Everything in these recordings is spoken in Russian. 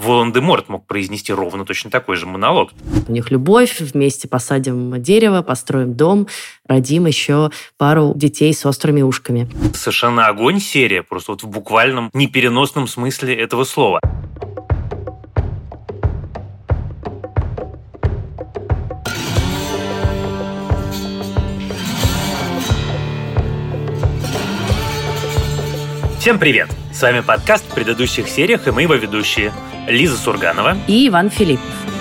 Волан-де-Морт мог произнести ровно точно такой же монолог. У них любовь, вместе посадим дерево, построим дом, родим еще пару детей с острыми ушками. Совершенно огонь серия, просто вот в буквальном, непереносном смысле этого слова. Всем привет! С вами подкаст в предыдущих сериях и мы его ведущие Лиза Сурганова и Иван Филиппов.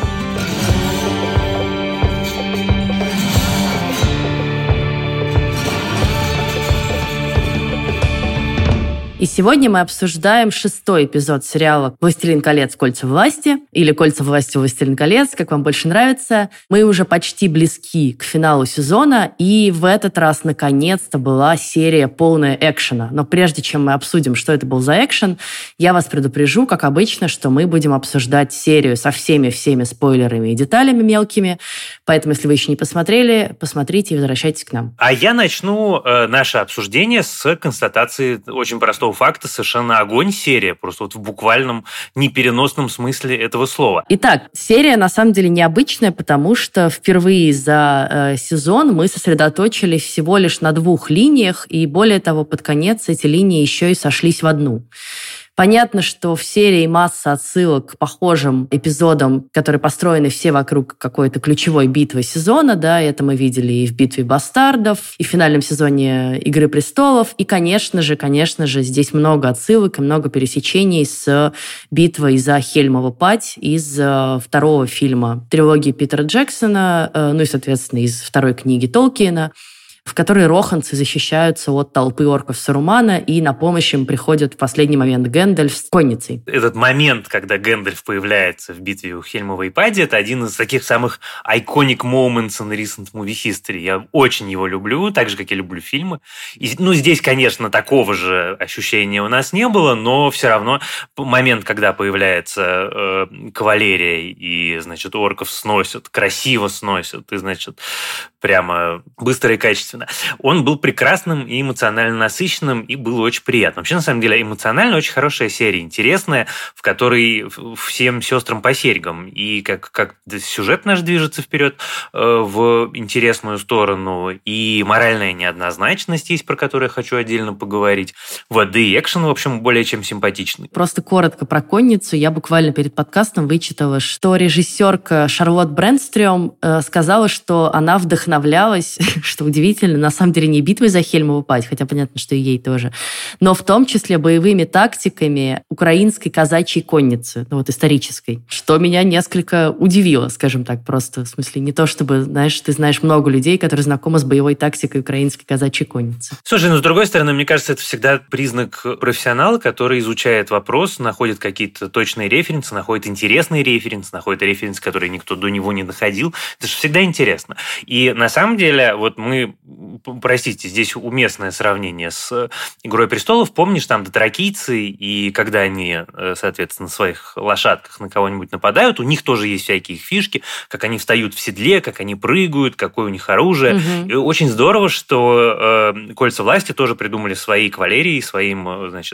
И сегодня мы обсуждаем 6-й эпизод сериала «Властелин колец. Кольца власти» или «Кольца власти. Властелин колец», как вам больше нравится. Мы уже почти близки к финалу сезона, и в этот раз наконец-то была серия полная экшена. Но прежде чем мы обсудим, что это был за экшен, я вас предупрежу, как обычно, что мы будем обсуждать серию со всеми спойлерами и деталями мелкими. Поэтому, если вы еще не посмотрели, посмотрите и возвращайтесь к нам. А я начну наше обсуждение с констатации очень простого факта: совершенно огонь серия, просто вот в буквальном, непереносном смысле этого слова. Итак, серия на самом деле необычная, потому что впервые за сезон мы сосредоточились всего лишь на 2 линиях, и более того, под конец эти линии еще и сошлись в одну. Понятно, что в серии масса отсылок к похожим эпизодам, которые построены все вокруг какой-то ключевой битвы сезона. Да, это мы видели и в «Битве бастардов», и в финальном сезоне «Игры престолов». И, конечно же, здесь много отсылок и много пересечений с битвой за Хельмову Падь из 2-го фильма трилогии Питера Джексона, ну и, соответственно, из 2-й книги Толкиена, в которой роханцы защищаются от толпы орков Сарумана, и на помощь им приходит в последний момент Гэндальф с конницей. Этот момент, когда Гэндальф появляется в битве у Хельмовой Пади, это один из таких самых iconic moments in recent movie history. Я очень его люблю, так же, как я люблю фильмы. И, здесь, конечно, такого же ощущения у нас не было, но все равно момент, когда появляется кавалерия, и, орков сносят, красиво сносят, и, прямо быстро и качественно, он был прекрасным и эмоционально насыщенным, и было очень приятно. Вообще, на самом деле, эмоционально очень хорошая серия, интересная, в которой всем сестрам по серьгам. И как сюжет наш движется вперед в интересную сторону, и моральная неоднозначность есть, про которую я хочу отдельно поговорить. Вот, да и экшен, в общем, более чем симпатичный. Просто коротко про конницу. Я буквально перед подкастом вычитала, что режиссерка Шарлотт Брэнстрём сказала, что она вдохновлялась, что удивительно, на самом деле не битвой за Хельмову Падь, хотя понятно, что и ей тоже, но в том числе боевыми тактиками украинской казачьей конницы, исторической, что меня несколько удивило, скажем так, просто. В смысле, не то чтобы, ты знаешь много людей, которые знакомы с боевой тактикой украинской казачьей конницы. Слушай, с другой стороны, мне кажется, это всегда признак профессионала, который изучает вопрос, находит какие-то точные референсы, находит интересные референсы, находит референсы, которые никто до него не находил. Это же всегда интересно. И на самом деле, мы, простите, здесь уместное сравнение с «Игрой престолов». Помнишь, там дотракийцы, и когда они, соответственно, на своих лошадках на кого-нибудь нападают, у них тоже есть всякие фишки, как они встают в седле, как они прыгают, какое у них оружие. Угу. И очень здорово, что «Кольца власти» тоже придумали своей кавалерии, своим,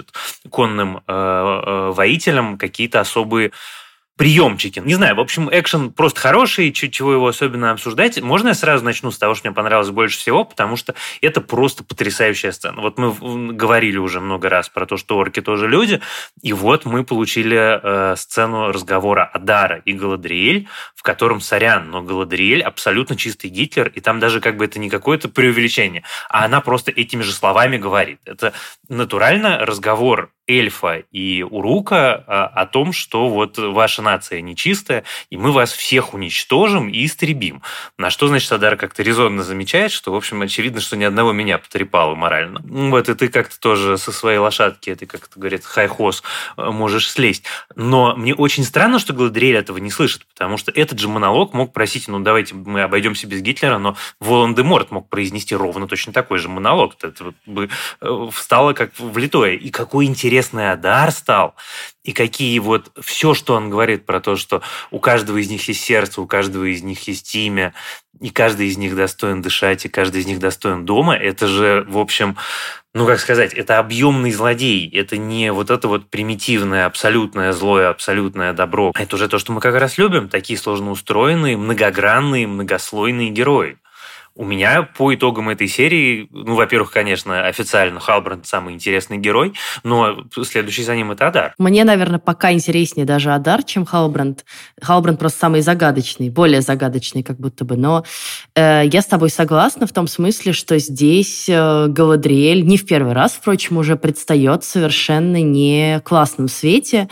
конным воителям какие-то особые приемчики. Не знаю, в общем, экшен просто хороший, чего его особенно обсуждать. Можно я сразу начну с того, что мне понравилось больше всего, потому что это просто потрясающая сцена. Вот мы говорили уже много раз про то, что орки тоже люди, и вот мы получили сцену разговора Адара и Галадриэль, в котором, сорян, но Галадриэль абсолютно чистый Гитлер, и там даже это не какое-то преувеличение, а она просто этими же словами говорит. Это натурально разговор эльфа и урука о том, что ваша нация нечистая, и мы вас всех уничтожим и истребим. На что, Адар как-то резонно замечает, что, в общем, очевидно, что ни одного меня потрепало морально. И ты как-то тоже со своей лошадки, ты, как-то говорит, хай-хос, можешь слезть. Но мне очень странно, что Галадриэль этого не слышит, потому что этот же монолог мог просить, давайте мы обойдемся без Гитлера, но Волан-де-Морт мог произнести ровно точно такой же монолог. Это бы встало как влитое. И какой интересный Адар стал. и какие вот все, что он говорит про то, что у каждого из них есть сердце, у каждого из них есть имя, и каждый из них достоин дышать, и каждый из них достоин дома, это же, в общем, как сказать, это объемный злодей, это не вот это вот примитивное, абсолютное злое, абсолютное добро. Это уже то, что мы как раз любим, такие сложно устроенные, многогранные, многослойные герои. У меня по итогам этой серии, во-первых, конечно, официально Халбранд самый интересный герой, но следующий за ним это Адар. Мне, наверное, пока интереснее даже Адар, чем Халбранд. Халбранд просто самый загадочный, более загадочный как будто бы. Но я с тобой согласна в том смысле, что здесь Галадриэль не в первый раз, впрочем, уже предстает в совершенно не классном свете.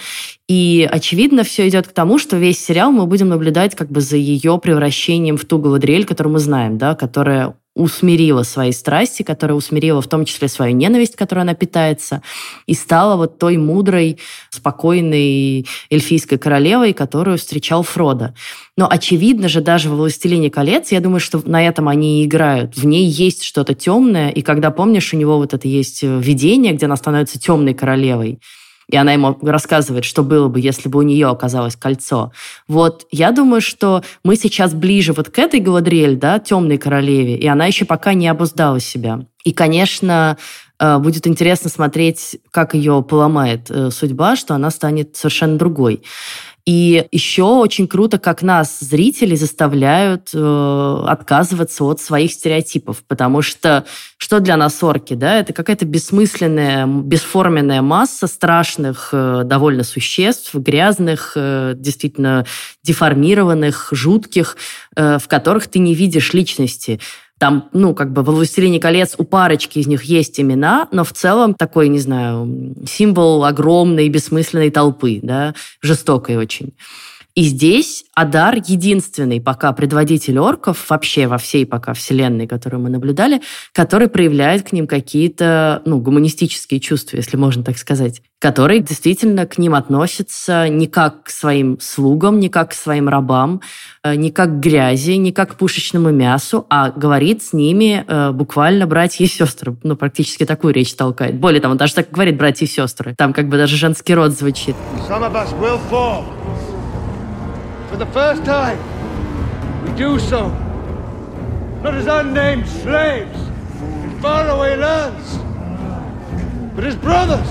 И, очевидно, все идет к тому, что весь сериал мы будем наблюдать как бы за ее превращением в ту Галадриэль, которую мы знаем, да, которая усмирила свои страсти, которая усмирила в том числе свою ненависть, которой она питается, и стала вот той мудрой, спокойной эльфийской королевой, которую встречал Фродо. Но, очевидно же, даже во «Властелине колец», я думаю, что на этом они и играют. В ней есть что-то темное, и когда, помнишь, у него вот это есть видение, где она становится темной королевой, и она ему рассказывает, что было бы, если бы у нее оказалось кольцо. Вот я думаю, что мы сейчас ближе вот к этой Галадриэль, да, темной королеве, и она еще пока не обуздала себя. И, конечно, будет интересно смотреть, как ее поломает судьба, что она станет совершенно другой. И еще очень круто, как нас, зрителей, заставляют отказываться от своих стереотипов, потому что для нас орки, да, это какая-то бессмысленная, бесформенная масса страшных довольно существ, грязных, действительно деформированных, жутких, в которых ты не видишь личности. Там, как бы во «Властелине колец» у парочки из них есть имена, но в целом такой, не знаю, символ огромной бессмысленной толпы, да, жестокой очень. И здесь Адар единственный пока предводитель орков вообще во всей пока вселенной, которую мы наблюдали, который проявляет к ним какие-то, гуманистические чувства, если можно так сказать, который действительно к ним относится не как к своим слугам, не как к своим рабам, не как к грязи, не как к пушечному мясу, а говорит с ними буквально братья и сестры. Практически такую речь толкает. Более того, он даже так говорит братья и сестры. Там как бы даже женский род звучит. For the first time, we do so, not as unnamed slaves in faraway lands, but as brothers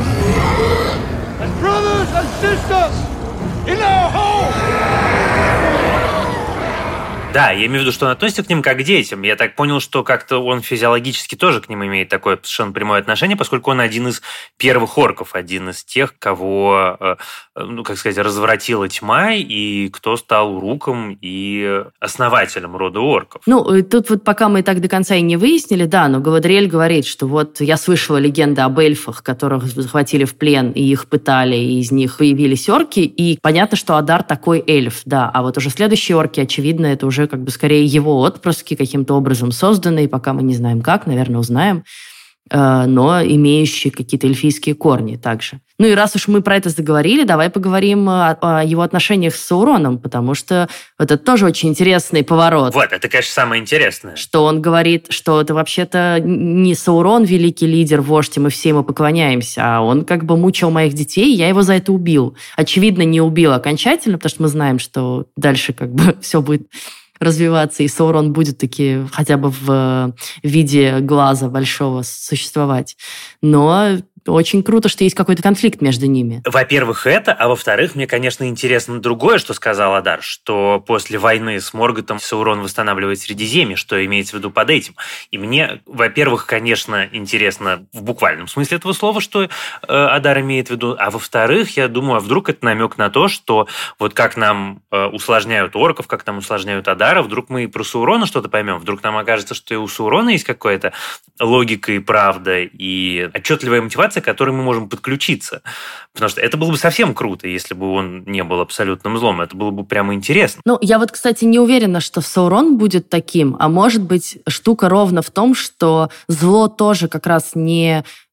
and sisters in our home. Да, я имею в виду, что он относится к ним как к детям. Я так понял, что как-то он физиологически тоже к ним имеет такое совершенно прямое отношение, поскольку он один из первых орков, один из тех, кого, развратила тьма, и кто стал уруком и основателем рода орков. Тут вот пока мы так до конца и не выяснили, да, но Галадриэль говорит, что вот я слышала легенды об эльфах, которых захватили в плен, и их пытали, и из них появились орки, и понятно, что Адар такой эльф, да, а вот уже следующие орки, очевидно, это уже как бы скорее его отпрыски, каким-то образом созданные, пока мы не знаем как, наверное, узнаем, но имеющие какие-то эльфийские корни также. И раз уж мы про это заговорили, давай поговорим о его отношениях с Сауроном, потому что это тоже очень интересный поворот. Вот, это, конечно, самое интересное. Что он говорит, что это вообще-то не Саурон великий лидер, вождь, и мы все ему поклоняемся, а он как бы мучил моих детей, и я его за это убил. Очевидно, не убил окончательно, потому что мы знаем, что дальше как бы все будет развиваться, и Саурон будет таки хотя бы в виде глаза большого существовать. Но очень круто, что есть какой-то конфликт между ними. Во-первых, это, а во-вторых, мне, конечно, интересно другое, что сказал Адар, что после войны с Морготом Саурон восстанавливает Средиземье, что имеется в виду под этим. И мне, во-первых, конечно, интересно в буквальном смысле этого слова, что Адар имеет в виду, а во-вторых, я думаю, а вдруг это намек на то, что вот как нам усложняют орков, как нам усложняют Адара, вдруг мы и про Саурона что-то поймем, вдруг нам окажется, что и у Саурона есть какая-то логика и правда, и отчетливая мотивация, к которой мы можем подключиться. Потому что это было бы совсем круто, если бы он не был абсолютным злом. Это было бы прямо интересно. Я вот, кстати, не уверена, что Саурон будет таким, а может быть, штука ровно в том, что зло тоже как раз не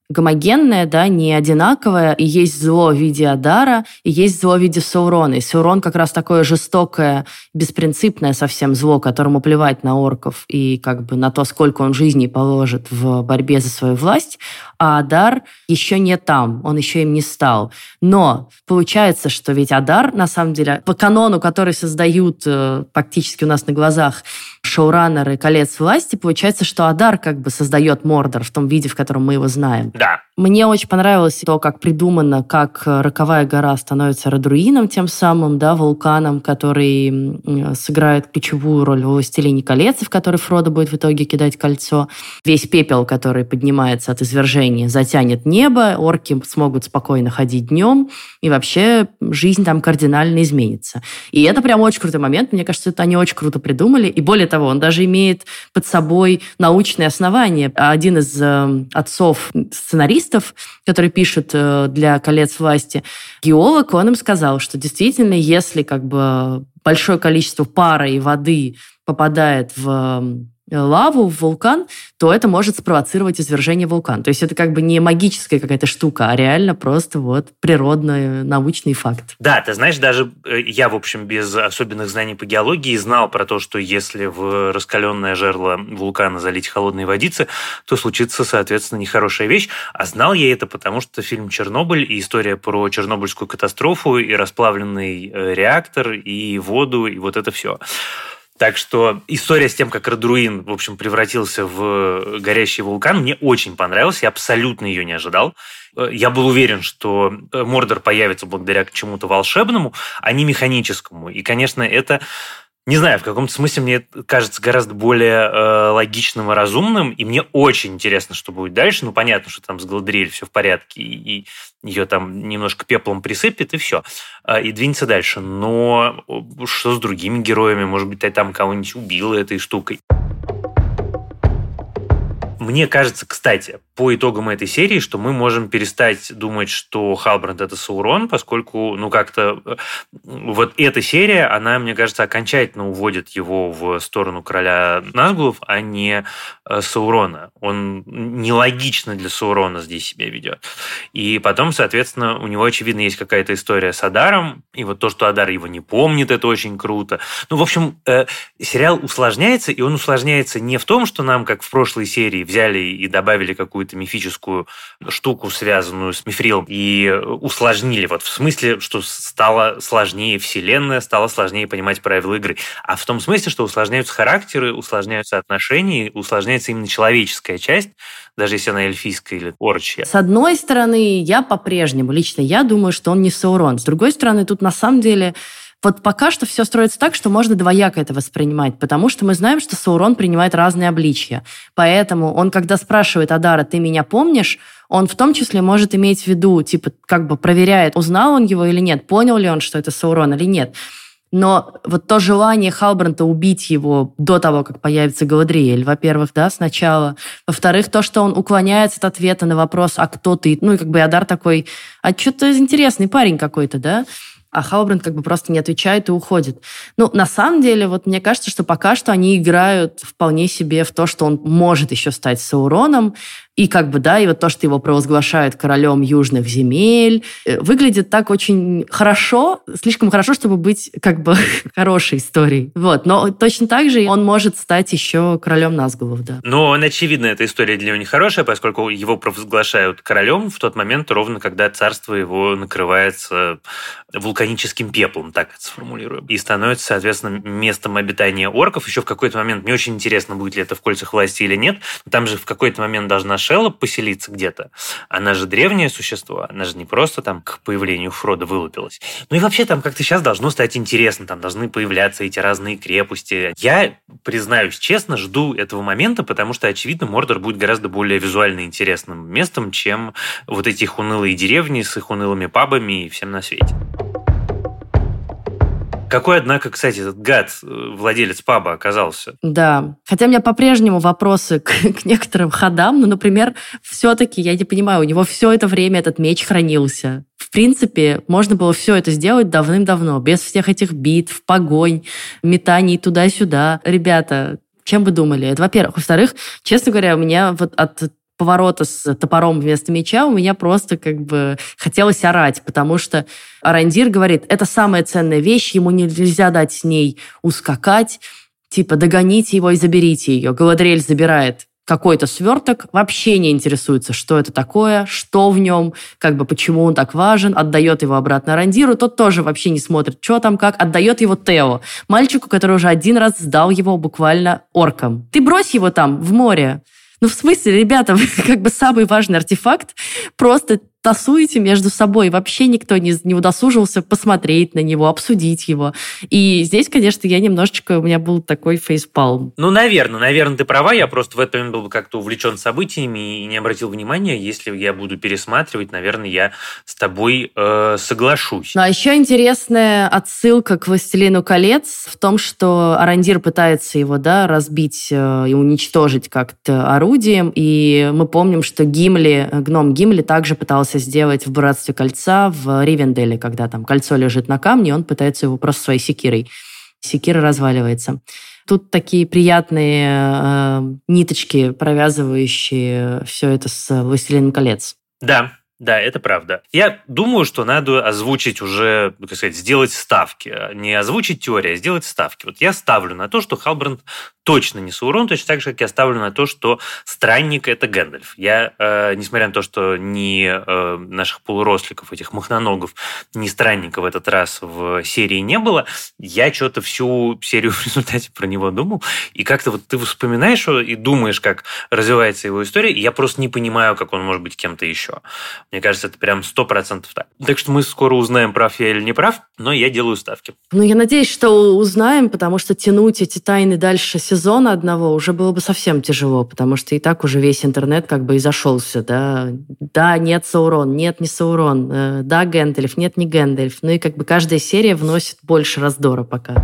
гомогенное, да, не одинаковое, и есть зло в виде Адара, и есть зло в виде Саурона. И Саурон как раз такое жестокое, беспринципное совсем зло, которому плевать на орков и как бы на то, сколько он жизни положит в борьбе за свою власть, а Адар еще не там, он еще им не стал. Но получается, что ведь Адар, на самом деле, по канону, который создают практически у нас на глазах шоураннеры «Колец власти», получается, что Адар как бы создает Мордор в том виде, в котором мы его знаем. Да. Мне очень понравилось то, как придумано, как Роковая гора становится Родруином тем самым, да, вулканом, который сыграет ключевую роль в «Властелине колец», в который Фродо будет в итоге кидать кольцо. Весь пепел, который поднимается от извержения, затянет небо, орки смогут спокойно ходить днем, и вообще жизнь там кардинально изменится. И это прям очень крутой момент. Мне кажется, это они очень круто придумали. И более того, он даже имеет под собой научные основания. Один из отцов-сценаристов, который пишет для «Колец власти», геолог, он им сказал, что действительно, если как бы большое количество пара и воды попадает в лаву, в вулкан, то это может спровоцировать извержение вулкана. То есть это как бы не магическая какая-то штука, а реально просто вот природный научный факт. Да, ты знаешь, даже я, в общем, без особенных знаний по геологии знал про то, что если в раскаленное жерло вулкана залить холодной водицы, то случится, соответственно, нехорошая вещь. А знал я это потому, что фильм «Чернобыль» и история про Чернобыльскую катастрофу, и расплавленный реактор, и воду, и вот это все. Так что история с тем, как Родруин, в общем, превратился в горящий вулкан, мне очень понравилась. Я абсолютно ее не ожидал. Я был уверен, что Мордор появится благодаря чему-то волшебному, а не механическому. И, конечно, это... Не знаю, в каком-то смысле мне это кажется гораздо более логичным и разумным, и мне очень интересно, что будет дальше. Ну, понятно, что там с Галадриэль все в порядке, и ее там немножко пеплом присыпет, и все, и двинется дальше. Но что с другими героями? Может быть, там кого-нибудь убило этой штукой? Мне кажется, кстати, по итогам этой серии, что мы можем перестать думать, что Халбранд – это Саурон, поскольку, ну, как-то вот эта серия, она, мне кажется, окончательно уводит его в сторону короля Назгулов, а не Саурона. Он нелогично для Саурона здесь себя ведет. И потом, соответственно, у него, очевидно, есть какая-то история с Адаром, и вот то, что Адар его не помнит, это очень круто. Ну, в общем, сериал усложняется, и он усложняется не в том, что нам, как в прошлой серии, взяли и добавили какую-то мифическую штуку, связанную с мифрилом, и усложнили. Вот в смысле, что стало сложнее вселенная, стало сложнее понимать правила игры. А в том смысле, что усложняются характеры, усложняются отношения, усложняется именно человеческая часть, даже если она эльфийская или орчья. С одной стороны, я по-прежнему, лично я думаю, что он не Саурон. С другой стороны, тут на самом деле... Вот пока что все строится так, что можно двояко это воспринимать, потому что мы знаем, что Саурон принимает разные обличья. Поэтому он, когда спрашивает Адара, ты меня помнишь, он в том числе может иметь в виду, типа, как бы проверяет, узнал он его или нет, понял ли он, что это Саурон или нет. Но вот то желание Халбранта убить его до того, как появится Галадриэль, во-первых, да, сначала. Во-вторых, то, что он уклоняется от ответа на вопрос, а кто ты? Ну, и как бы Адар такой, а что-то интересный парень какой-то, да? А Халбранд как бы просто не отвечает и уходит. Ну, на самом деле, вот мне кажется, что пока что они играют вполне себе в то, что он может еще стать Сауроном, и как бы, да, и вот то, что его провозглашают королем южных земель, выглядит так очень хорошо, слишком хорошо, чтобы быть как бы хорошей историей. Вот, но точно так же он может стать еще королем Назгулов, да. Но, очевидно, эта история для него нехорошая, поскольку его провозглашают королем в тот момент, ровно когда царство его накрывается вулканическим пеплом, так это сформулируем, и становится, соответственно, местом обитания орков. Еще в какой-то момент, мне очень интересно, будет ли это в «Кольцах власти» или нет, там же в какой-то момент должна Шеллоп поселиться где-то. Она же древнее существо, она же не просто там к появлению Фродо вылупилась. Ну и вообще там как-то сейчас должно стать интересно, там должны появляться эти разные крепости. Я, признаюсь честно, жду этого момента, потому что, очевидно, Мордор будет гораздо более визуально интересным местом, чем вот эти их унылые деревни с их унылыми пабами и всем на свете. Какой, однако, кстати, этот гад, владелец паба, оказался? Да. Хотя у меня по-прежнему вопросы к некоторым ходам. Ну, например, все-таки, я не понимаю, у него все это время этот меч хранился. В принципе, можно было все это сделать давным-давно, без всех этих битв, погонь, метаний туда-сюда. Ребята, чем вы думали? Это, во-первых. Во-вторых, честно говоря, у меня вот от поворота с топором вместо меча, у меня просто как бы хотелось орать, потому что Арандир говорит, это самая ценная вещь, ему нельзя дать с ней ускакать, типа догоните его и заберите ее. Галадриэль забирает какой-то сверток, вообще не интересуется, что это такое, что в нем, как бы почему он так важен, отдает его обратно Арандиру, тот тоже вообще не смотрит, что там как, отдает его Тео, мальчику, который уже один раз сдал его буквально оркам. Ты брось его там, в море. Ну, в смысле, ребята, вы как бы самый важный артефакт просто тасуете между собой. Вообще никто не удосужился посмотреть на него, обсудить его. И здесь, конечно, у меня был такой фейспалм. Ну, наверное, ты права. Я просто в этот момент был как-то увлечен событиями и не обратил внимания. Если я буду пересматривать, наверное, я с тобой соглашусь. Ну, а еще интересная отсылка к «Властелину колец» в том, что Арандир пытается его, разбить и уничтожить как-то орудием. И мы помним, что гном Гимли также пытался сделать в «Братстве кольца» в Ривенделе, когда там кольцо лежит на камне, он пытается его просто своей секирой. Секира разваливается. Тут такие приятные ниточки, провязывающие все это с «Властелином колец». Да, это правда. Я думаю, что надо озвучить уже, сделать ставки. Не озвучить теорию, а сделать ставки. Вот я ставлю на то, что Халбранд точно не Саурон, точно так же, как я ставлю на то, что странник – это Гэндальф. Я, несмотря на то, что ни наших полуросликов, этих махноногов, ни странника в этот раз в серии не было, я что-то всю серию в результате про него думал. И как-то вот ты вспоминаешь его и думаешь, как развивается его история, и я просто не понимаю, как он может быть кем-то еще. Мне кажется, это прям 100% так. Так что мы скоро узнаем, прав я или не прав, но я делаю ставки. Ну, я надеюсь, что узнаем, потому что тянуть эти тайны дальше сезона одного уже было бы совсем тяжело, потому что и так уже весь интернет как бы и зашелся, Да, нет, Саурон, нет, не Саурон, да, Гэндальф, нет, не Гэндальф. Ну и как бы каждая серия вносит больше раздора пока.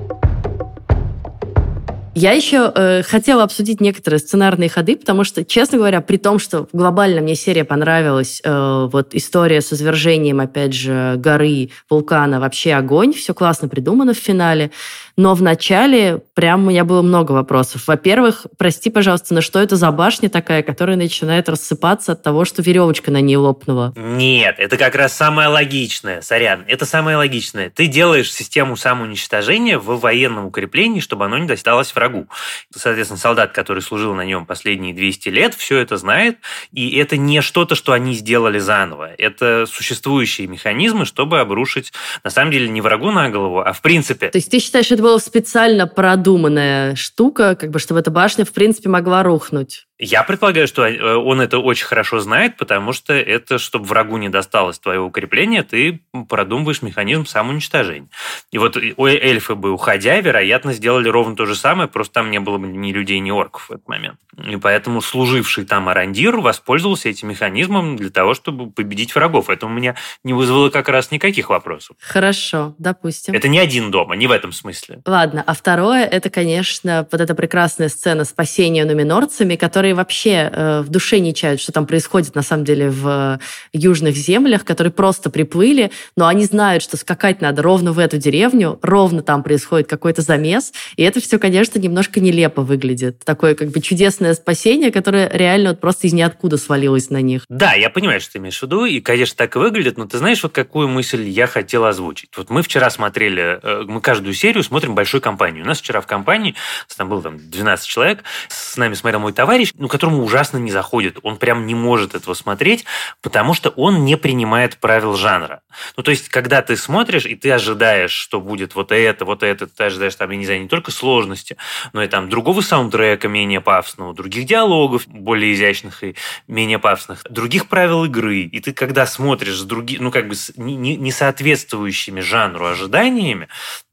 Я еще хотела обсудить некоторые сценарные ходы, потому что, честно говоря, при том, что глобально мне серия понравилась, вот история с извержением, опять же, горы, вулкана, вообще огонь, все классно придумано в финале, но в начале прям у меня было много вопросов. Во-первых, прости, пожалуйста, но что это за башня такая, которая начинает рассыпаться от того, что веревочка на ней лопнула? Нет, это как раз самое логичное, сорян, это самое логичное. Ты делаешь систему самоуничтожения в военном укреплении, чтобы оно не досталось врагу. Соответственно, солдат, который служил на нем последние 200 лет, все это знает, и это не что-то, что они сделали заново. Это существующие механизмы, чтобы обрушить, на самом деле, не врагу на голову, а в принципе... То есть ты считаешь, это была специально продуманная штука, как бы, чтобы эта башня, в принципе, могла рухнуть? Я предполагаю, что он это очень хорошо знает, потому что это, чтобы врагу не досталось твоего укрепления, ты продумываешь механизм самоуничтожения. И вот эльфы бы, уходя, вероятно, сделали ровно то же самое, просто там не было бы ни людей, ни орков в этот момент. И поэтому служивший там Арандир воспользовался этим механизмом для того, чтобы победить врагов. Это у меня не вызвало как раз никаких вопросов. Хорошо, допустим. Это не один дома, не в этом смысле. Ладно, а второе, это, конечно, вот эта прекрасная сцена спасения нуменорцами, которые вообще в душе не чают, что там происходит на самом деле в южных землях, которые просто приплыли, но они знают, что скакать надо ровно в эту деревню, ровно там происходит какой-то замес, и это все, конечно, немножко нелепо выглядит. Такое как бы чудесное спасение, которое реально вот просто из ниоткуда свалилось на них. Да, я понимаю, что ты имеешь в виду, и, конечно, так и выглядит, но ты знаешь, вот какую мысль я хотел озвучить. Вот мы вчера смотрели, мы каждую серию смотрим большой компанией. У нас вчера в компании, там было 12 человек, с нами смотрел мой товарищ, которому ужасно не заходит. Он прям не может этого смотреть, потому что он не принимает правил жанра. Ну, то есть, когда ты смотришь, и ты ожидаешь, что будет вот это, ты ожидаешь, там, я не знаю, не только сложности, но и там другого саундтрека менее пафосного, других диалогов более изящных и менее пафосных, других правил игры. И ты, когда смотришь с другими, с не соответствующими жанру ожиданиями,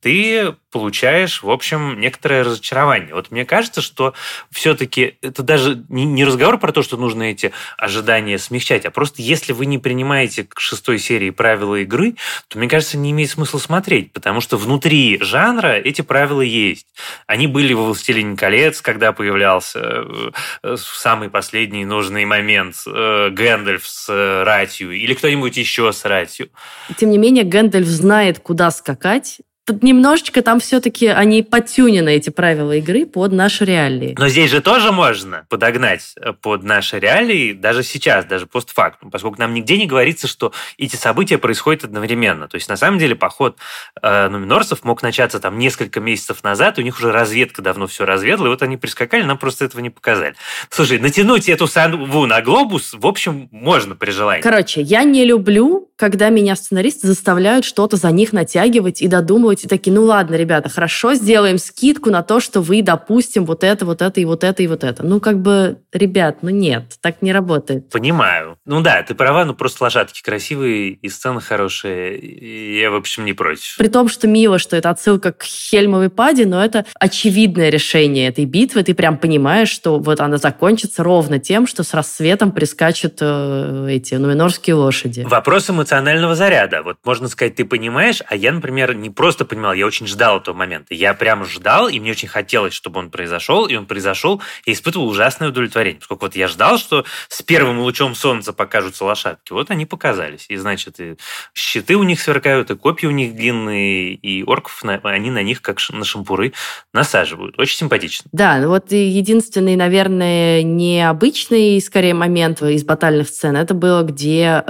ты получаешь, в общем, некоторое разочарование. Вот мне кажется, что все-таки это даже не разговор про то, что нужно эти ожидания смягчать, а просто если вы не принимаете к 6 серии правила игры, то, мне кажется, не имеет смысла смотреть, потому что внутри жанра эти правила есть. Они были во «Властелине колец», когда появлялся в самый последний нужный момент Гэндальф с ратью или кто-нибудь еще с ратью. Тем не менее, Гэндальф знает, куда скакать, тут немножечко там все-таки они подтюнены, эти правила игры, под наши реалии. Но здесь же тоже можно подогнать под наши реалии даже сейчас, даже постфактум, поскольку нам нигде не говорится, что эти события происходят одновременно. То есть, на самом деле, поход нуменорцев мог начаться там несколько месяцев назад, у них уже разведка давно все разведала, и вот они прискакали, нам просто этого не показали. Слушай, натянуть эту санву на глобус, в общем, можно при желании. Короче, я не люблю, когда меня сценаристы заставляют что-то за них натягивать и додумывать, и такие, ну ладно, ребята, хорошо, сделаем скидку на то, что вы, допустим, вот это, и вот это, и вот это. Ну, как бы, ребят, ну нет, так не работает. Понимаю. Ну да, ты права, ну просто лошадки красивые и сцены хорошие, и я, в общем, не против. При том, что мило, что это отсылка к Хельмовой паде, но это очевидное решение этой битвы. Ты прям понимаешь, что вот она закончится ровно тем, что с рассветом прискачут эти нуменорские лошади. Вопрос эмоционального заряда. Вот можно сказать, ты понимаешь, а я, например, не просто понимал, я очень ждал этого момента. Я прямо ждал, и мне очень хотелось, чтобы он произошел, и он произошел, я испытывал ужасное удовлетворение. Поскольку вот я ждал, что с первым лучом солнца покажутся лошадки. Вот они показались. И, значит, и щиты у них сверкают, и копья у них длинные, и орков они на них, как на шампуры, насаживают. Очень симпатично. Да, вот единственный, наверное, необычный, скорее, момент из батальных сцен, это было, где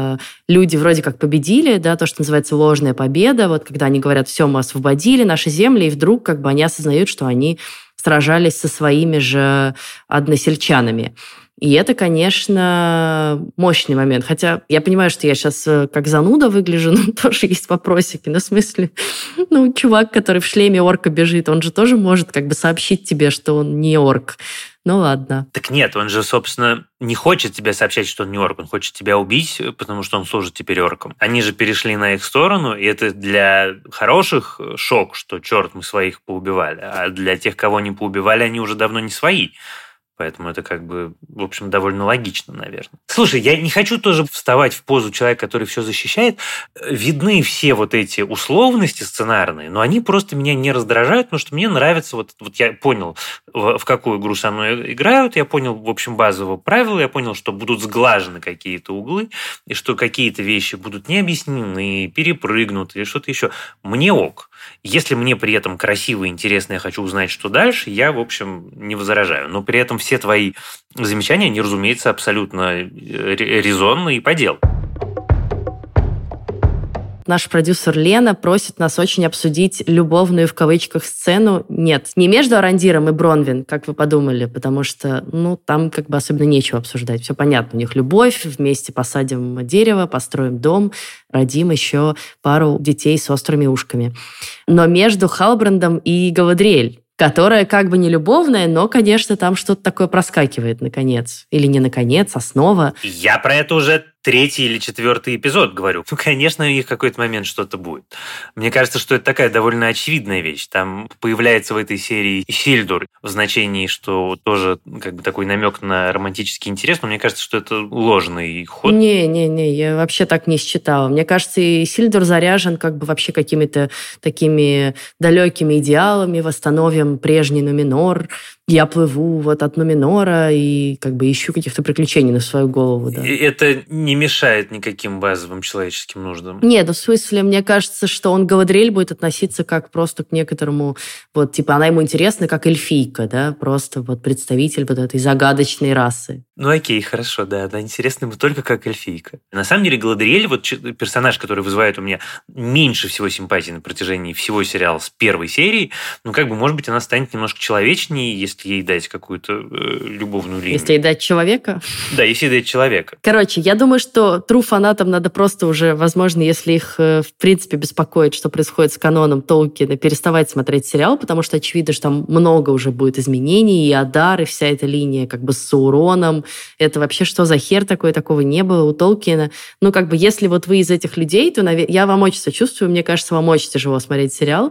люди вроде как победили, да, то, что называется ложная победа, вот когда они говорят, все, мы освободили наши земли, и вдруг как бы они осознают, что они сражались со своими же односельчанами. И это, конечно, мощный момент. Хотя я понимаю, что я сейчас как зануда выгляжу, но тоже есть вопросики. Ну, в смысле, ну, чувак, который в шлеме орка бежит, он же тоже может как бы сообщить тебе, что он не орк. Ну, ладно. Так нет, он же, собственно, не хочет тебе сообщать, что он не орк. Он хочет тебя убить, потому что он служит теперь оркам. Они же перешли на их сторону, и это для хороших шок, что, черт, мы своих поубивали. А для тех, кого не поубивали, они уже давно не свои. Поэтому это как бы, в общем, довольно логично, наверное. Слушай, я не хочу тоже вставать в позу человека, который все защищает. Видны все вот эти условности сценарные, но они просто меня не раздражают, потому что мне нравится, вот я понял, в какую игру со мной играют, я понял, в общем, базовые правила, я понял, что будут сглажены какие-то углы, и что какие-то вещи будут не объяснены, перепрыгнуты, или что-то еще. Мне ок. Если мне при этом красиво и интересно, я хочу узнать, что дальше, я, в общем, не возражаю. Но при этом все твои замечания, они, разумеется, абсолютно резонны и по делу. Наш продюсер Лена просит нас очень обсудить любовную в кавычках сцену. Нет, не между Арандиром и Бронвин, как вы подумали, потому что, ну, там как бы особенно нечего обсуждать. Все понятно, у них любовь, вместе посадим дерево, построим дом, родим еще пару детей с острыми ушками. Но между Халбрандом и Галадриэль, которая как бы не любовная, но, конечно, там что-то такое проскакивает, наконец. Или не наконец, а снова. Я про это уже 3-й или 4-й эпизод говорю. Ну, конечно, у них в какой-то момент что-то будет. Мне кажется, что это такая довольно очевидная вещь. Там появляется в этой серии Исильдур в значении, что тоже как бы такой намек на романтический интерес, но мне кажется, что это ложный ход. Не, я вообще так не считала. Мне кажется, Исильдур заряжен как бы вообще какими-то такими далекими идеалами, восстановим прежний Нуменор, я плыву вот от Нуменора и как бы ищу каких-то приключений на свою голову. Да. И это не мешает никаким базовым человеческим нуждам. Нет, в смысле, мне кажется, что он Галадриэль будет относиться как просто к некоторому, вот, типа, она ему интересна как эльфийка, да, просто вот представитель вот этой загадочной расы. Ну окей, хорошо, да, интересна ему только как эльфийка. На самом деле Галадриэль, вот персонаж, который вызывает у меня меньше всего симпатии на протяжении всего сериала с первой серии, ну как бы, может быть, она станет немножко человечнее, если ей дать какую-то любовную линию. Если ей дать человека? Да, если дать человека. Короче, я думаю, что true фанатам надо просто уже, возможно, если их в принципе беспокоит, что происходит с каноном Толкина, переставать смотреть сериал, потому что очевидно, что там много уже будет изменений, и Адар, и вся эта линия как бы с Сауроном. Это вообще что за хер такое? Такого не было у Толкина. Ну, как бы, если вот вы из этих людей, то я вам очень сочувствую. Мне кажется, вам очень тяжело смотреть сериал.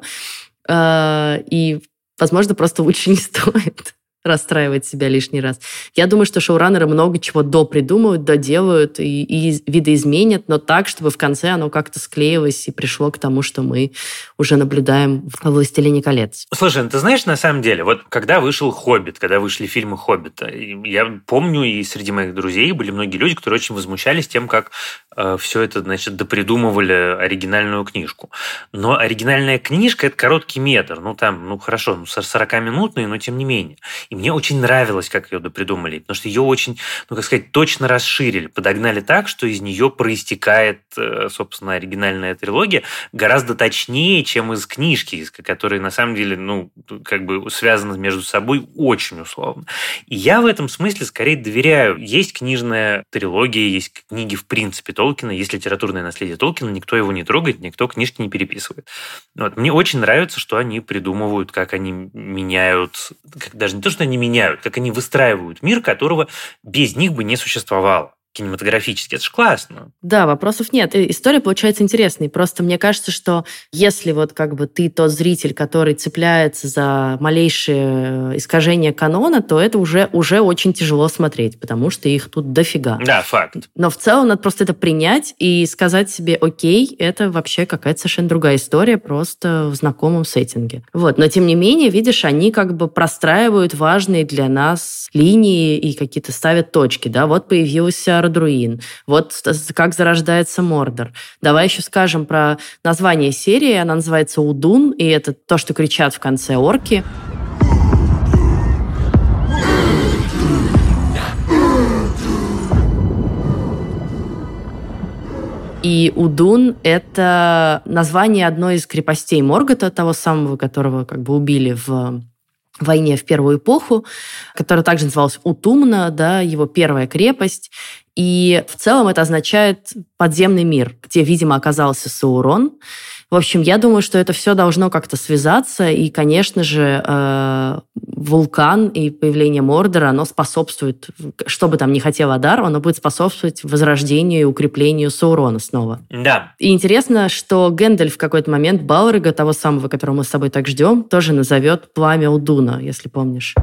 И, возможно, просто лучше не стоит расстраивать себя лишний раз. Я думаю, что шоураннеры много чего допридумывают, доделают и видоизменят, но так, чтобы в конце оно как-то склеилось и пришло к тому, что мы уже наблюдаем в «Властелине колец». Слушай, ты знаешь, на самом деле, вот когда вышел «Хоббит», когда вышли фильмы «Хоббита», я помню, и среди моих друзей были многие люди, которые очень возмущались тем, как все это, значит, допридумывали оригинальную книжку. Но оригинальная книжка – это короткий метр. Хорошо, 40-минутный, но тем не менее. И мне очень нравилось, как ее допридумали. Потому что ее очень, точно расширили. Подогнали так, что из нее проистекает, собственно, оригинальная трилогия гораздо точнее, чем из книжки, которые, на самом деле, связаны между собой очень условно. И я в этом смысле скорее доверяю. Есть книжная трилогия, есть книги в принципе Толкина, есть литературное наследие Толкина, никто его не трогает, никто книжки не переписывает. Мне очень нравится, что они придумывают, как они меняют, даже не то, что они меняют, как они выстраивают мир, которого без них бы не существовало. Кинематографически. Это же классно. Да, вопросов нет. История получается интересной. Просто мне кажется, что если ты тот зритель, который цепляется за малейшее искажение канона, то это уже очень тяжело смотреть, потому что их тут дофига. Да, факт. Но в целом надо просто это принять и сказать себе: окей, это вообще какая-то совершенно другая история, просто в знакомом сеттинге. Но тем не менее, видишь, они простраивают важные для нас линии и какие-то ставят точки. Да? Вот появился Ардруин. Вот как зарождается Мордор. Давай еще скажем про название серии. Она называется «Удун», и это то, что кричат в конце орки. И Удун — это название одной из крепостей Моргота, того самого, которого убили в войне в Первую эпоху, которая также называлась Утумна, да, его первая крепость. И в целом это означает подземный мир, где, видимо, оказался Саурон. В общем, я думаю, что это все должно как-то связаться, и, конечно же, вулкан и появление Мордора, оно способствует, что бы там ни хотел Адар, оно будет способствовать возрождению и укреплению Саурона снова. Да. И интересно, что Гэндальф в какой-то момент Балрога, того самого, которого мы с тобой так ждем, тоже назовет пламя Удуна, если помнишь.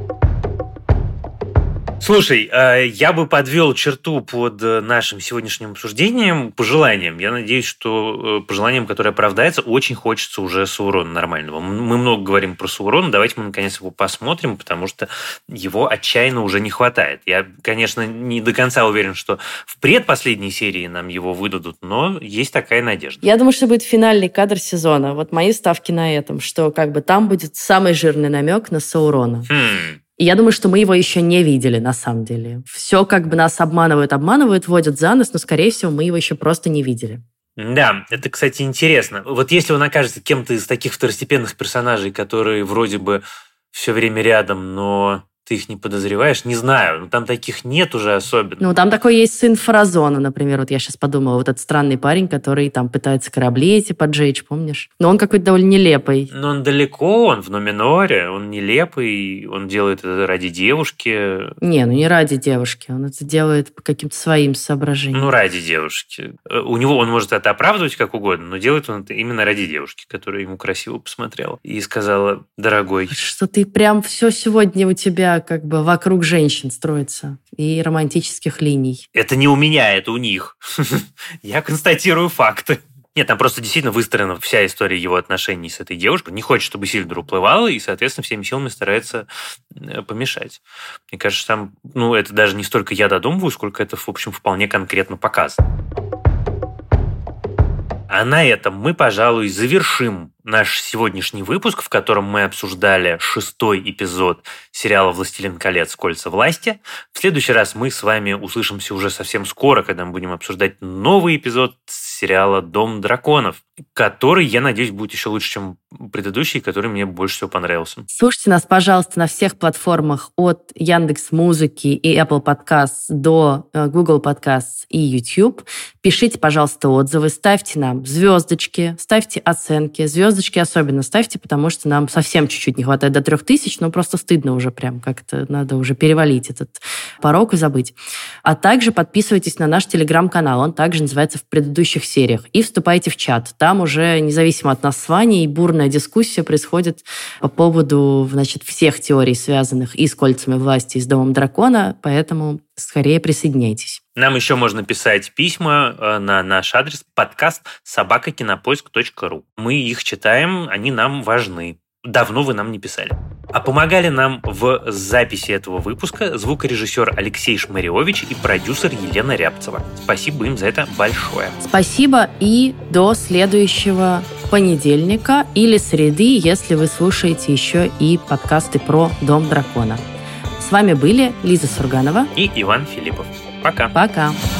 Слушай, я бы подвел черту под нашим сегодняшним обсуждением пожеланием. Я надеюсь, что пожеланием, которое оправдается, очень хочется уже Саурона нормального. Мы много говорим про Саурона, давайте мы наконец его посмотрим, потому что его отчаянно уже не хватает. Я, конечно, не до конца уверен, что в предпоследней серии нам его выдадут, но есть такая надежда. Я думаю, что будет финальный кадр сезона. Вот мои ставки на этом, что там будет самый жирный намек на Саурона. И я думаю, что мы его еще не видели, на самом деле. Все нас обманывают, вводят за нос, но, скорее всего, мы его еще просто не видели. Да, это, кстати, интересно. Вот если он окажется кем-то из таких второстепенных персонажей, которые вроде бы все время рядом, но ты их не подозреваешь, не знаю. Но там таких нет уже особенно. Там такой есть сын Фаразона, например. Вот я сейчас подумала. Вот этот странный парень, который там пытается корабли эти поджечь, помнишь? Но он какой-то довольно нелепый. Но он далеко, он в Нуменоре, он нелепый, он делает это ради девушки. Не ради девушки. Он это делает по каким-то своим соображениям. Ради девушки. У него он может это оправдывать как угодно, но делает он это именно ради девушки, которая ему красиво посмотрела и сказала: дорогой. Что ты прям все сегодня у тебя вокруг женщин строится и романтических линий. Это не у меня, это у них. Я констатирую факты. Нет, там просто действительно выстроена вся история его отношений с этой девушкой. Не хочет, чтобы Сильдер уплывала, и, соответственно, всеми силами старается помешать. Мне кажется, там, это даже не столько я додумываю, сколько это, в общем, вполне конкретно показано. А на этом мы, пожалуй, завершим наш сегодняшний выпуск, в котором мы обсуждали 6-й эпизод сериала «Властелин колец. Кольца власти». В следующий раз мы с вами услышимся уже совсем скоро, когда мы будем обсуждать новый эпизод сериала «Дом драконов», который, я надеюсь, будет еще лучше, чем предыдущий, который мне больше всего понравился. Слушайте нас, пожалуйста, на всех платформах от Яндекс.Музыки и Apple Podcasts до Google Podcasts и YouTube. Пишите, пожалуйста, отзывы, ставьте нам звездочки, ставьте оценки. Звездочки особенно ставьте, потому что нам совсем чуть-чуть не хватает до 3000, но просто стыдно уже прям как-то, надо уже перевалить этот порог и забыть. А также подписывайтесь на наш телеграм-канал, он также называется «В предыдущих сериях», и вступайте в чат. Там уже, независимо от нас с Ваней, бурная дискуссия происходит по поводу, всех теорий, связанных и с кольцами власти, и с Домом дракона, поэтому скорее присоединяйтесь. Нам еще можно писать письма на наш адрес подкаст @кинопоиск.ру. Мы их читаем, они нам важны. давно вы нам не писали. А помогали нам в записи этого выпуска звукорежиссер Алексей Шмариович и продюсер Елена Рябцева. Спасибо им за это большое. Спасибо, и до следующего понедельника или среды, если вы слушаете еще и подкасты про Дом дракона. С вами были Лиза Сурганова и Иван Филиппов. Пока. Пока.